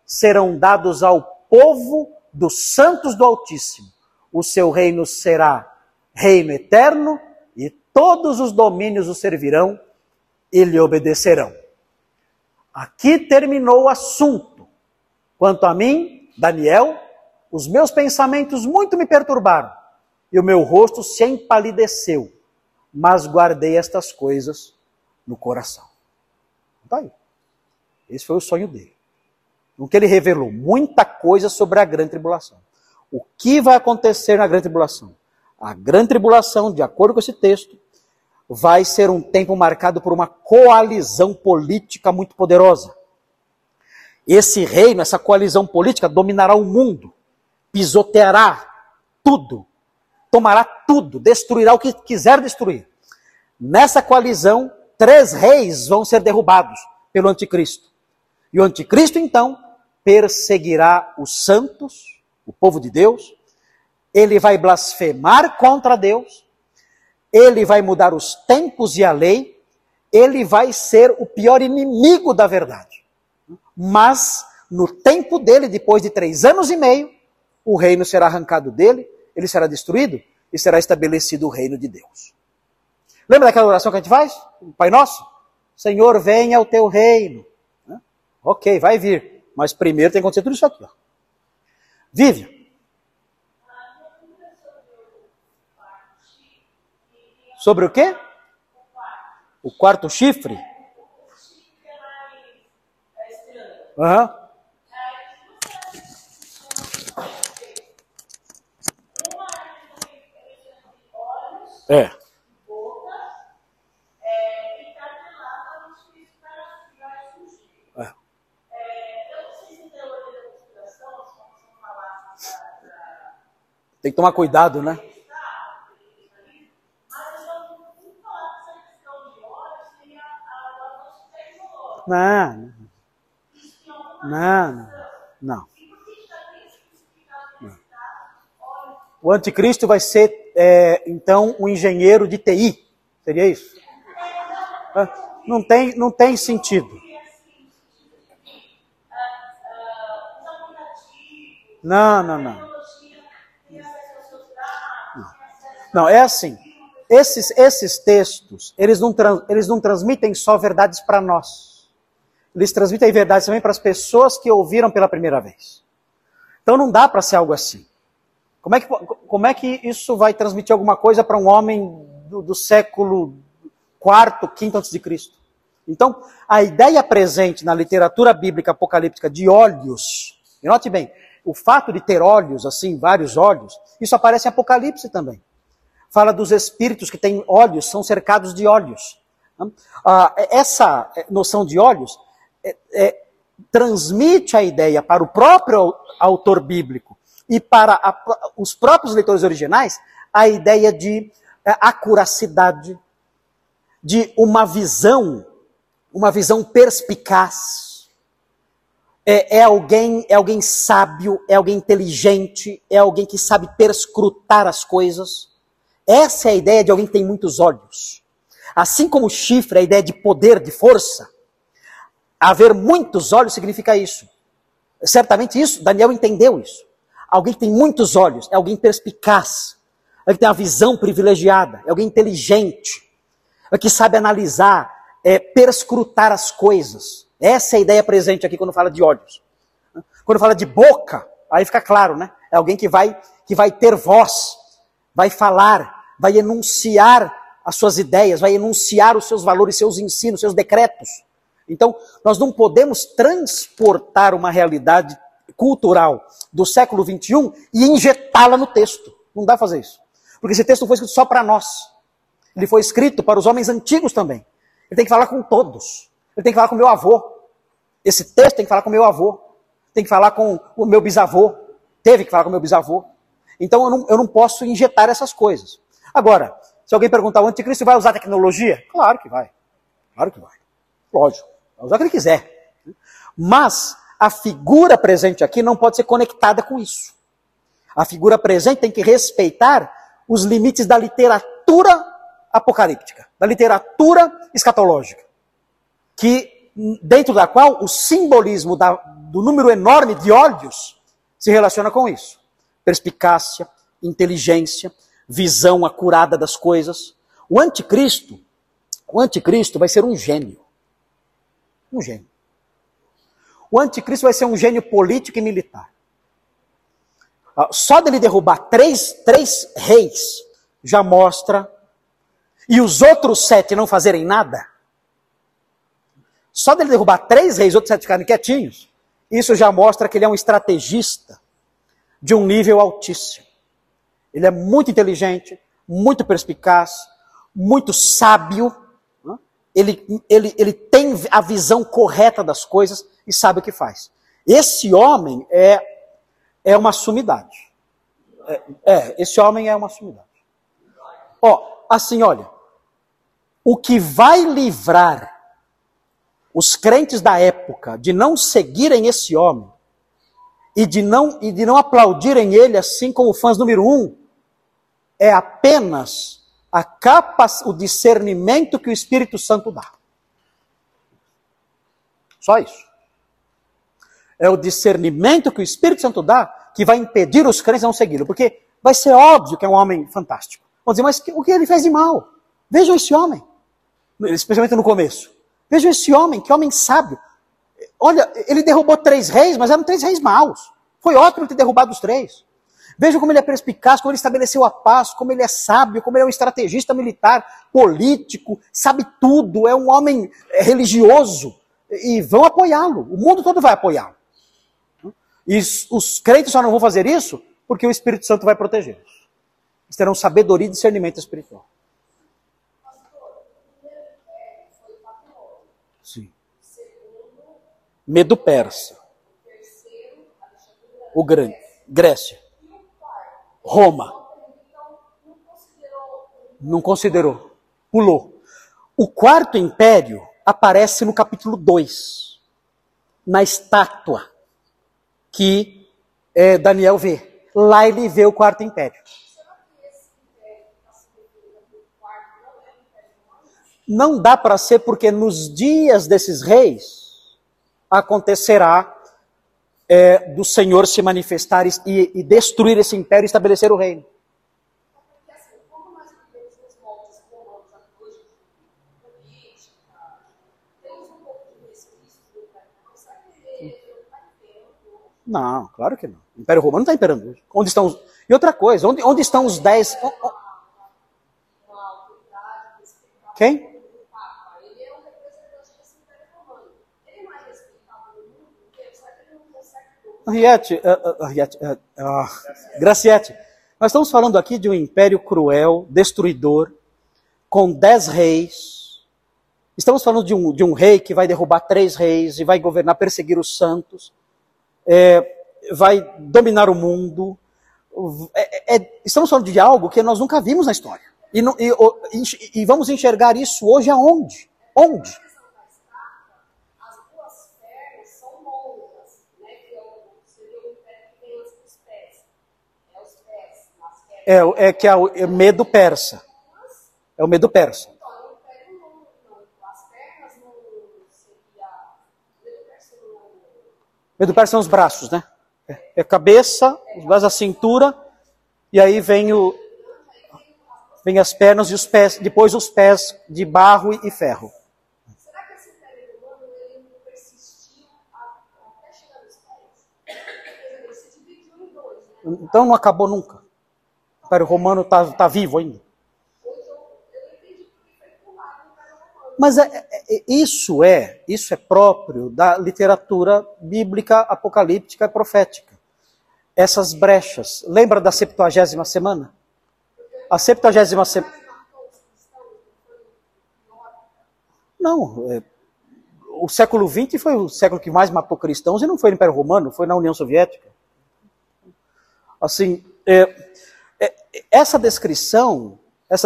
serão dados ao povo dos santos do Altíssimo. O seu reino será reino eterno e todos os domínios o servirão e lhe obedecerão. Aqui terminou o assunto. Quanto a mim, Daniel, os meus pensamentos muito me perturbaram e o meu rosto se empalideceu, mas guardei estas coisas no coração. Está aí. Esse foi o sonho dele. No que ele revelou muita coisa sobre a grande tribulação. O que vai acontecer na grande tribulação? A grande tribulação, de acordo com esse texto, vai ser um tempo marcado por uma coalizão política muito poderosa. Esse reino, essa coalizão política, dominará o mundo, pisoteará tudo, tomará tudo, destruirá o que quiser destruir. Nessa coalizão, 3 reis vão ser derrubados pelo anticristo. E o anticristo, então, perseguirá os santos, o povo de Deus, ele vai blasfemar contra Deus, ele vai mudar os tempos e a lei, ele vai ser o pior inimigo da verdade. Mas, no tempo dele, depois de 3 anos e meio, o reino será arrancado dele, ele será destruído e será estabelecido o reino de Deus. Lembra daquela oração que a gente faz? O Pai Nosso? Senhor, venha o teu reino. Ok, vai vir. Mas primeiro tem que acontecer tudo isso aqui. Ó. Vive. Sobre o quê? O quarto chifre? Aham. É. Tem que tomar cuidado, né? Não. O anticristo vai ser, então, um engenheiro de TI. Seria isso? Não tem sentido. Não. Não, é assim. Esses textos, eles não transmitem só verdades para nós. Eles transmitem verdades também para as pessoas que ouviram pela primeira vez. Então não dá para ser algo assim. Como é que isso vai transmitir alguma coisa para um homem do século IV, V a.C.? Então, a ideia presente na literatura bíblica apocalíptica de olhos, e note bem, o fato de ter olhos, assim, vários olhos, isso aparece em Apocalipse também. Fala dos espíritos que têm olhos, são cercados de olhos. Essa noção de olhos transmite a ideia para o próprio autor bíblico e para os próprios leitores originais a ideia de acuracidade, de uma visão perspicaz. É alguém sábio, é alguém inteligente, é alguém que sabe perscrutar as coisas. Essa é a ideia de alguém que tem muitos olhos. Assim como o chifre é a ideia de poder, de força, haver muitos olhos significa isso. Certamente isso, Daniel entendeu isso. Alguém que tem muitos olhos é alguém perspicaz, alguém que tem uma visão privilegiada, é alguém inteligente, é que sabe analisar, perscrutar as coisas. Essa é a ideia presente aqui quando fala de olhos. Quando fala de boca, aí fica claro, né? É alguém que vai ter voz, vai falar, vai enunciar as suas ideias, vai enunciar os seus valores, seus ensinos, seus decretos. Então, nós não podemos transportar uma realidade cultural do século XXI e injetá-la no texto. Não dá para fazer isso. Porque esse texto não foi escrito só para nós. Ele foi escrito para os homens antigos também. Ele tem que falar com todos. Ele tem que falar com o meu avô. Esse texto tem que falar com o meu avô. Tem que falar com o meu bisavô. Teve que falar com o meu bisavô. Então eu não posso injetar essas coisas. Agora, se alguém perguntar, o anticristo vai usar tecnologia? Claro que vai. Claro que vai. Lógico. Vai usar o que ele quiser. Mas a figura presente aqui não pode ser conectada com isso. A figura presente tem que respeitar os limites da literatura apocalíptica, da literatura escatológica, que dentro da qual o simbolismo do número enorme de olhos se relaciona com isso. Perspicácia, inteligência, visão acurada das coisas. O anticristo vai ser um gênio. Um gênio. O anticristo vai ser um gênio político e militar. Só dele derrubar três reis já mostra, e os outros 7 não fazerem nada, só dele derrubar 3 reis, outros 7 ficarem quietinhos, isso já mostra que ele é um estrategista de um nível altíssimo. Ele é muito inteligente, muito perspicaz, muito sábio. Ele tem a visão correta das coisas e sabe o que faz. Esse homem é uma sumidade. Esse homem é uma sumidade. Assim, olha, o que vai livrar os crentes da época de não seguirem esse homem e de não aplaudirem ele assim como fãs número 1 é apenas o discernimento que o Espírito Santo dá. Só isso. É o discernimento que o Espírito Santo dá que vai impedir os crentes de não segui-lo. Porque vai ser óbvio que é um homem fantástico. Vão dizer, mas o que ele fez de mal? Vejam esse homem. Especialmente no começo. Vejam esse homem, que homem sábio. Olha, ele derrubou 3 reis, mas eram 3 reis maus. Foi ótimo ter derrubado os 3. Vejam como ele é perspicaz, como ele estabeleceu a paz, como ele é sábio, como ele é um estrategista militar, político, sabe tudo, é um homem religioso. E vão apoiá-lo, o mundo todo vai apoiá-lo. E os crentes só não vão fazer isso porque o Espírito Santo vai protegê-los. Eles terão sabedoria e discernimento espiritual. Sim. Medo persa. O grande. Grécia. Roma. Não considerou. Pulou. O quarto império aparece no capítulo 2. Na estátua que Daniel vê. Lá ele vê o quarto império. Não dá para ser porque nos dias desses reis acontecerá do Senhor se manifestar e destruir esse império e estabelecer o reino. Não, claro que não. O Império Romano não está imperando hoje. Onde estão os... E outra coisa, onde estão os 10... Quem? Gracietti, nós estamos falando aqui de um império cruel, destruidor, com 10 reis. Estamos falando de um rei que vai derrubar 3 reis e vai governar, perseguir os santos, vai dominar o mundo. Estamos falando de algo que nós nunca vimos na história. E vamos enxergar isso hoje aonde? Onde? Que é o medo persa. É o medo persa. Medo persa são os braços, né? É a cabeça, os braços, a cintura, e aí vem as pernas e os pés, depois os pés de barro e ferro. Será que esse Império Romano ele persistiu até chegar nos pés? Ele se dividiu em 2, né? Então não acabou nunca. O Império Romano está vivo ainda. Mas isso é próprio da literatura bíblica, apocalíptica e profética. Essas brechas. Lembra da 70ª semana? A 70ª semana... Não, o século XX foi o século que mais matou cristãos e não foi no Império Romano, foi na União Soviética. Assim, essa descrição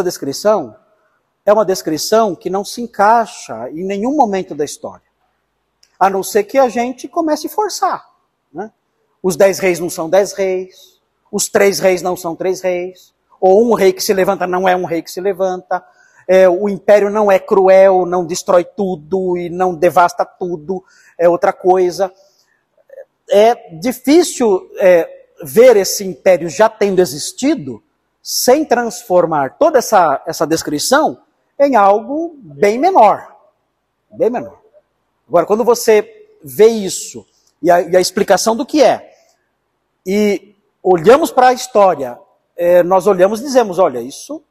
é uma descrição que não se encaixa em nenhum momento da história. A não ser que a gente comece a forçar. Né? Os 10 reis não são 10 reis, os 3 reis não são 3 reis, ou um rei que se levanta não é um rei que se levanta. o império não é cruel, não destrói tudo e não devasta tudo, é outra coisa. É difícil ver esse império já tendo existido sem transformar toda essa descrição em algo bem menor. Bem menor. Agora, quando você vê isso e a explicação do que é, e olhamos para a história, nós olhamos e dizemos, olha,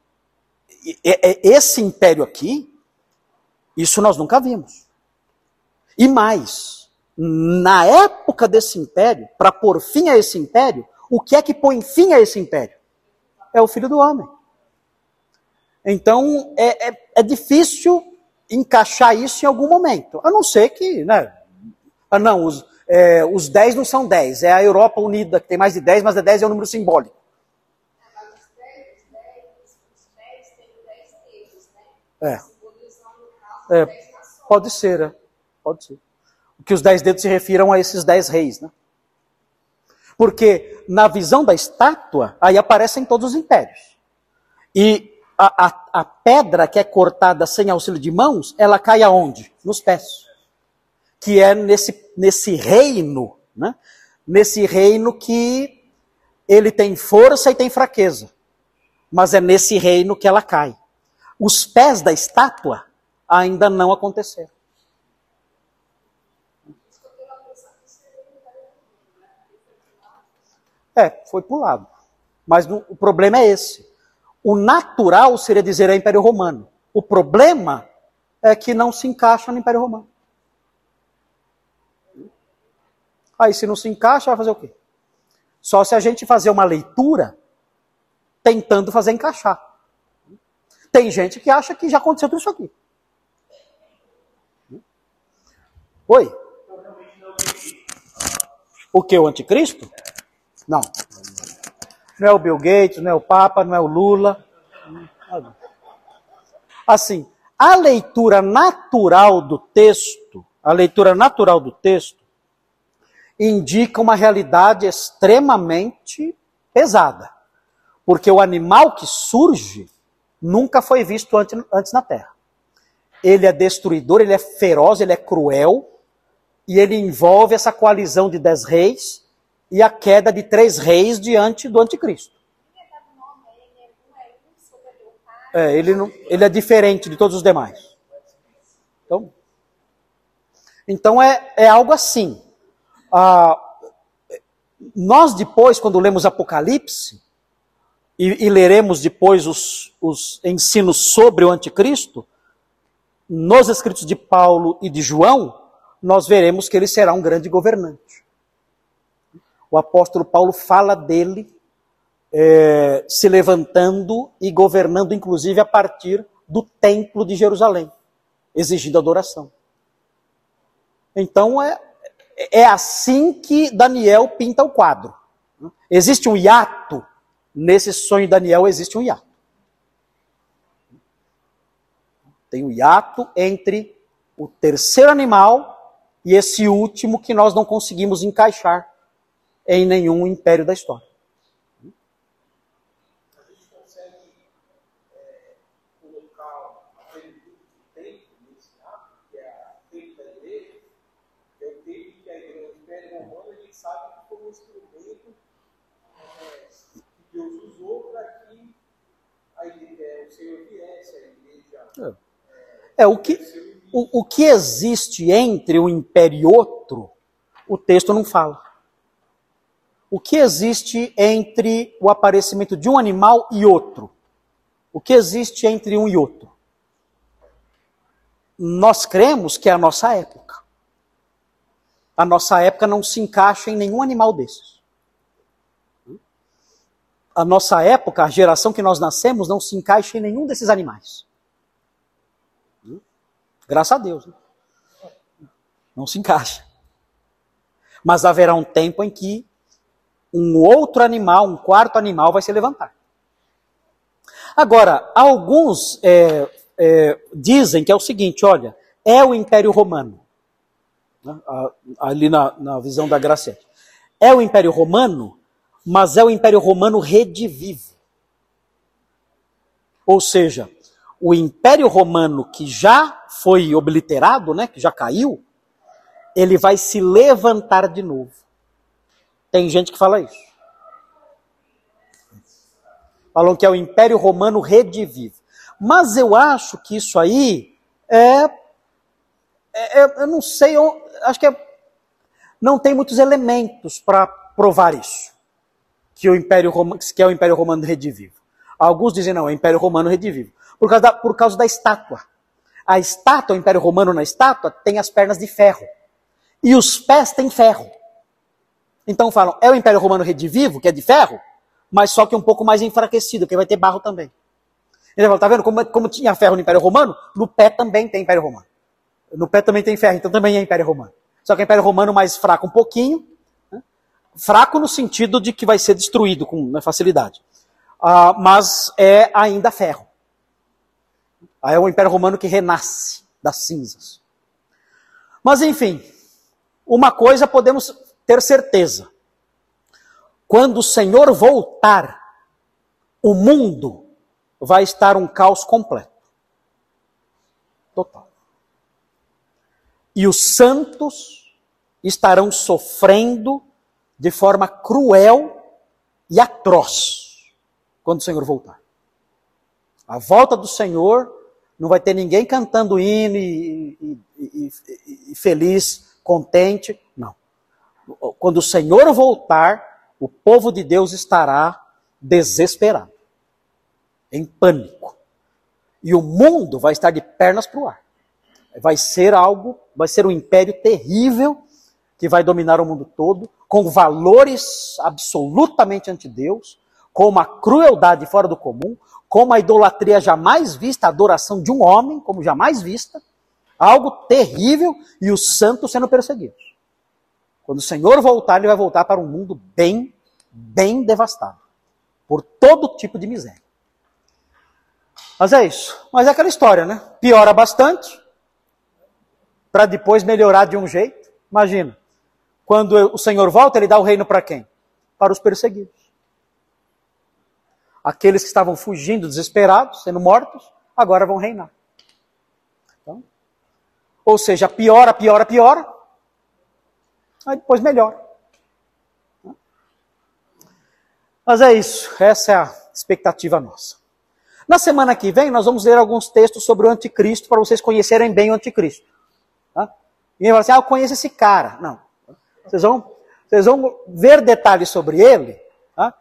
esse império aqui, isso nós nunca vimos. E mais, na época desse império, para pôr fim a esse império, o que é que põe fim a esse império? É o Filho do Homem. Então, é difícil encaixar isso em algum momento. A não ser que, né? Os 10 não são 10. É a Europa unida, que tem mais de 10, mas 10 é um número simbólico. Pode ser, pode ser. Que os 10 dedos se refiram a esses 10 reis, né? Porque na visão da estátua, aí aparecem todos os impérios. E a pedra que é cortada sem auxílio de mãos, ela cai aonde? Nos pés. Que é nesse reino, né? Nesse reino que ele tem força e tem fraqueza. Mas é nesse reino que ela cai. Os pés da estátua ainda não aconteceram. Foi pulado. Mas o problema é esse. O natural seria dizer Império Romano. O problema é que não se encaixa no Império Romano. Aí se não se encaixa, vai fazer o quê? Só se a gente fazer uma leitura tentando fazer encaixar. Tem gente que acha que já aconteceu tudo isso aqui. Oi? O que? O anticristo? Não. Não é o Bill Gates, não é o Papa, não é o Lula. Assim, a leitura natural do texto, indica uma realidade extremamente pesada. Porque o animal que surge nunca foi visto antes na Terra. Ele é destruidor, ele é feroz, ele é cruel, e ele envolve essa coalizão de 10 reis e a queda de 3 reis diante do anticristo. Ele é diferente de todos os demais. Então é algo assim. Nós depois, quando lemos Apocalipse, e leremos depois os ensinos sobre o anticristo, nos escritos de Paulo e de João, nós veremos que ele será um grande governante. O apóstolo Paulo fala dele se levantando e governando, inclusive, a partir do templo de Jerusalém, exigindo adoração. Então, é assim que Daniel pinta o quadro. Existe um hiato, nesse sonho de Daniel existe um hiato. Tem um hiato entre o terceiro animal e esse último que nós não conseguimos encaixar em nenhum império da história. A gente consegue colocar aquele tempo nesse ato, que é o tempo da igreja, que é o tempo que a igreja, o Império Romano, a gente sabe que foi um instrumento que Deus usou para que o Senhor viesse, a igreja... O que existe entre um império e outro, o texto não fala. O que existe entre o aparecimento de um animal e outro? O que existe entre um e outro? Nós cremos que é a nossa época. A nossa época não se encaixa em nenhum animal desses. A nossa época, a geração que nós nascemos, não se encaixa em nenhum desses animais. Graças a Deus. Né? Não se encaixa. Mas haverá um tempo em que um outro animal, um quarto animal vai se levantar. Agora, alguns dizem que é o seguinte, olha, é o Império Romano. Né? Ali na visão da Graciete. É o Império Romano, mas é o Império Romano redivivo. Ou seja, o Império Romano, que já foi obliterado, né, que já caiu, ele vai se levantar de novo. Tem gente que fala isso. Falam que é o Império Romano redivivo. Mas eu acho que isso aí eu não sei, acho que não tem muitos elementos para provar isso. Que é o Império Romano redivivo. Alguns dizem não, é o Império Romano redivivo. Por causa da estátua. A estátua, o Império Romano na estátua, tem as pernas de ferro. E os pés têm ferro. Então falam, é o Império Romano redivivo, que é de ferro, mas só que um pouco mais enfraquecido, porque vai ter barro também. Ele fala, tá vendo? Como tinha ferro no Império Romano, no pé também tem Império Romano. No pé também tem ferro, então também é Império Romano. Só que é Império Romano mais fraco um pouquinho, né? Fraco no sentido de que vai ser destruído com facilidade. Mas é ainda ferro. Aí é o Império Romano que renasce das cinzas. Mas enfim, uma coisa podemos ter certeza. Quando o Senhor voltar, o mundo vai estar um caos completo. Total. E os santos estarão sofrendo de forma cruel e atroz quando o Senhor voltar. A volta do Senhor não vai ter ninguém cantando hino e feliz, contente. Não. Quando o Senhor voltar, o povo de Deus estará desesperado, em pânico. E o mundo vai estar de pernas para o ar. Vai ser um império terrível que vai dominar o mundo todo, com valores absolutamente anti-Deus, com uma crueldade fora do comum, com uma idolatria jamais vista, a adoração de um homem, como jamais vista, algo terrível, e os santos sendo perseguidos. Quando o Senhor voltar, ele vai voltar para um mundo bem, bem devastado, por todo tipo de miséria. Mas é isso. Mas é aquela história, né? Piora bastante, para depois melhorar de um jeito. Imagina, quando o Senhor volta, ele dá o reino para quem? Para os perseguidos. Aqueles que estavam fugindo, desesperados, sendo mortos, agora vão reinar. Então, ou seja, piora, aí depois melhora. Mas é isso, essa é a expectativa nossa. Na semana que vem, nós vamos ler alguns textos sobre o anticristo, para vocês conhecerem bem o anticristo. Tá? E vai falar assim, eu conheço esse cara. Não. Vocês vão ver detalhes sobre ele. Tá?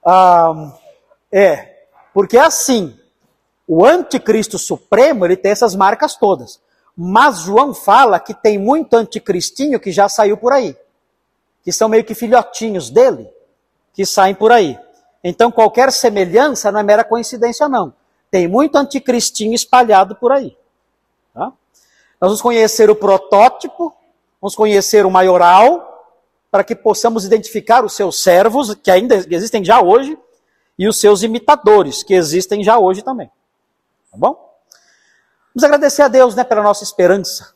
Porque assim, o anticristo supremo, ele tem essas marcas todas. Mas João fala que tem muito anticristinho que já saiu por aí. Que são meio que filhotinhos dele, que saem por aí. Então qualquer semelhança não é mera coincidência não. Tem muito anticristinho espalhado por aí. Tá? Nós vamos conhecer o protótipo, vamos conhecer o maioral, para que possamos identificar os seus servos, que ainda existem já hoje, e os seus imitadores, que existem já hoje também. Tá bom? Vamos agradecer a Deus, né, pela nossa esperança.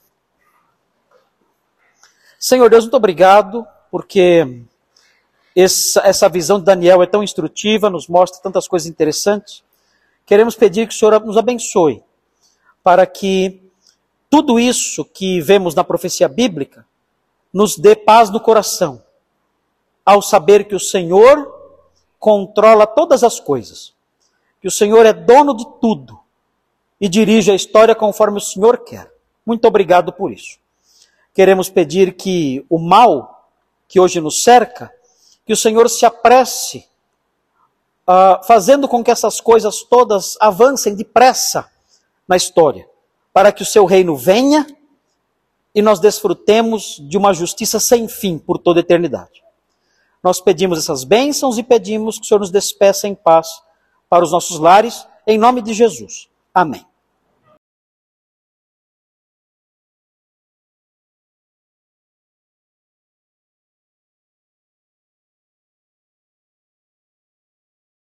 Senhor Deus, muito obrigado, porque essa visão de Daniel é tão instrutiva, nos mostra tantas coisas interessantes. Queremos pedir que o Senhor nos abençoe, para que tudo isso que vemos na profecia bíblica nos dê paz no coração, ao saber que o Senhor controla todas as coisas, que o Senhor é dono de tudo e dirige a história conforme o Senhor quer. Muito obrigado por isso. Queremos pedir que o mal que hoje nos cerca, que o Senhor se apresse, fazendo com que essas coisas todas avancem depressa na história, para que o seu reino venha e nós desfrutemos de uma justiça sem fim por toda a eternidade. Nós pedimos essas bênçãos e pedimos que o Senhor nos despeça em paz para os nossos lares, em nome de Jesus. Amém.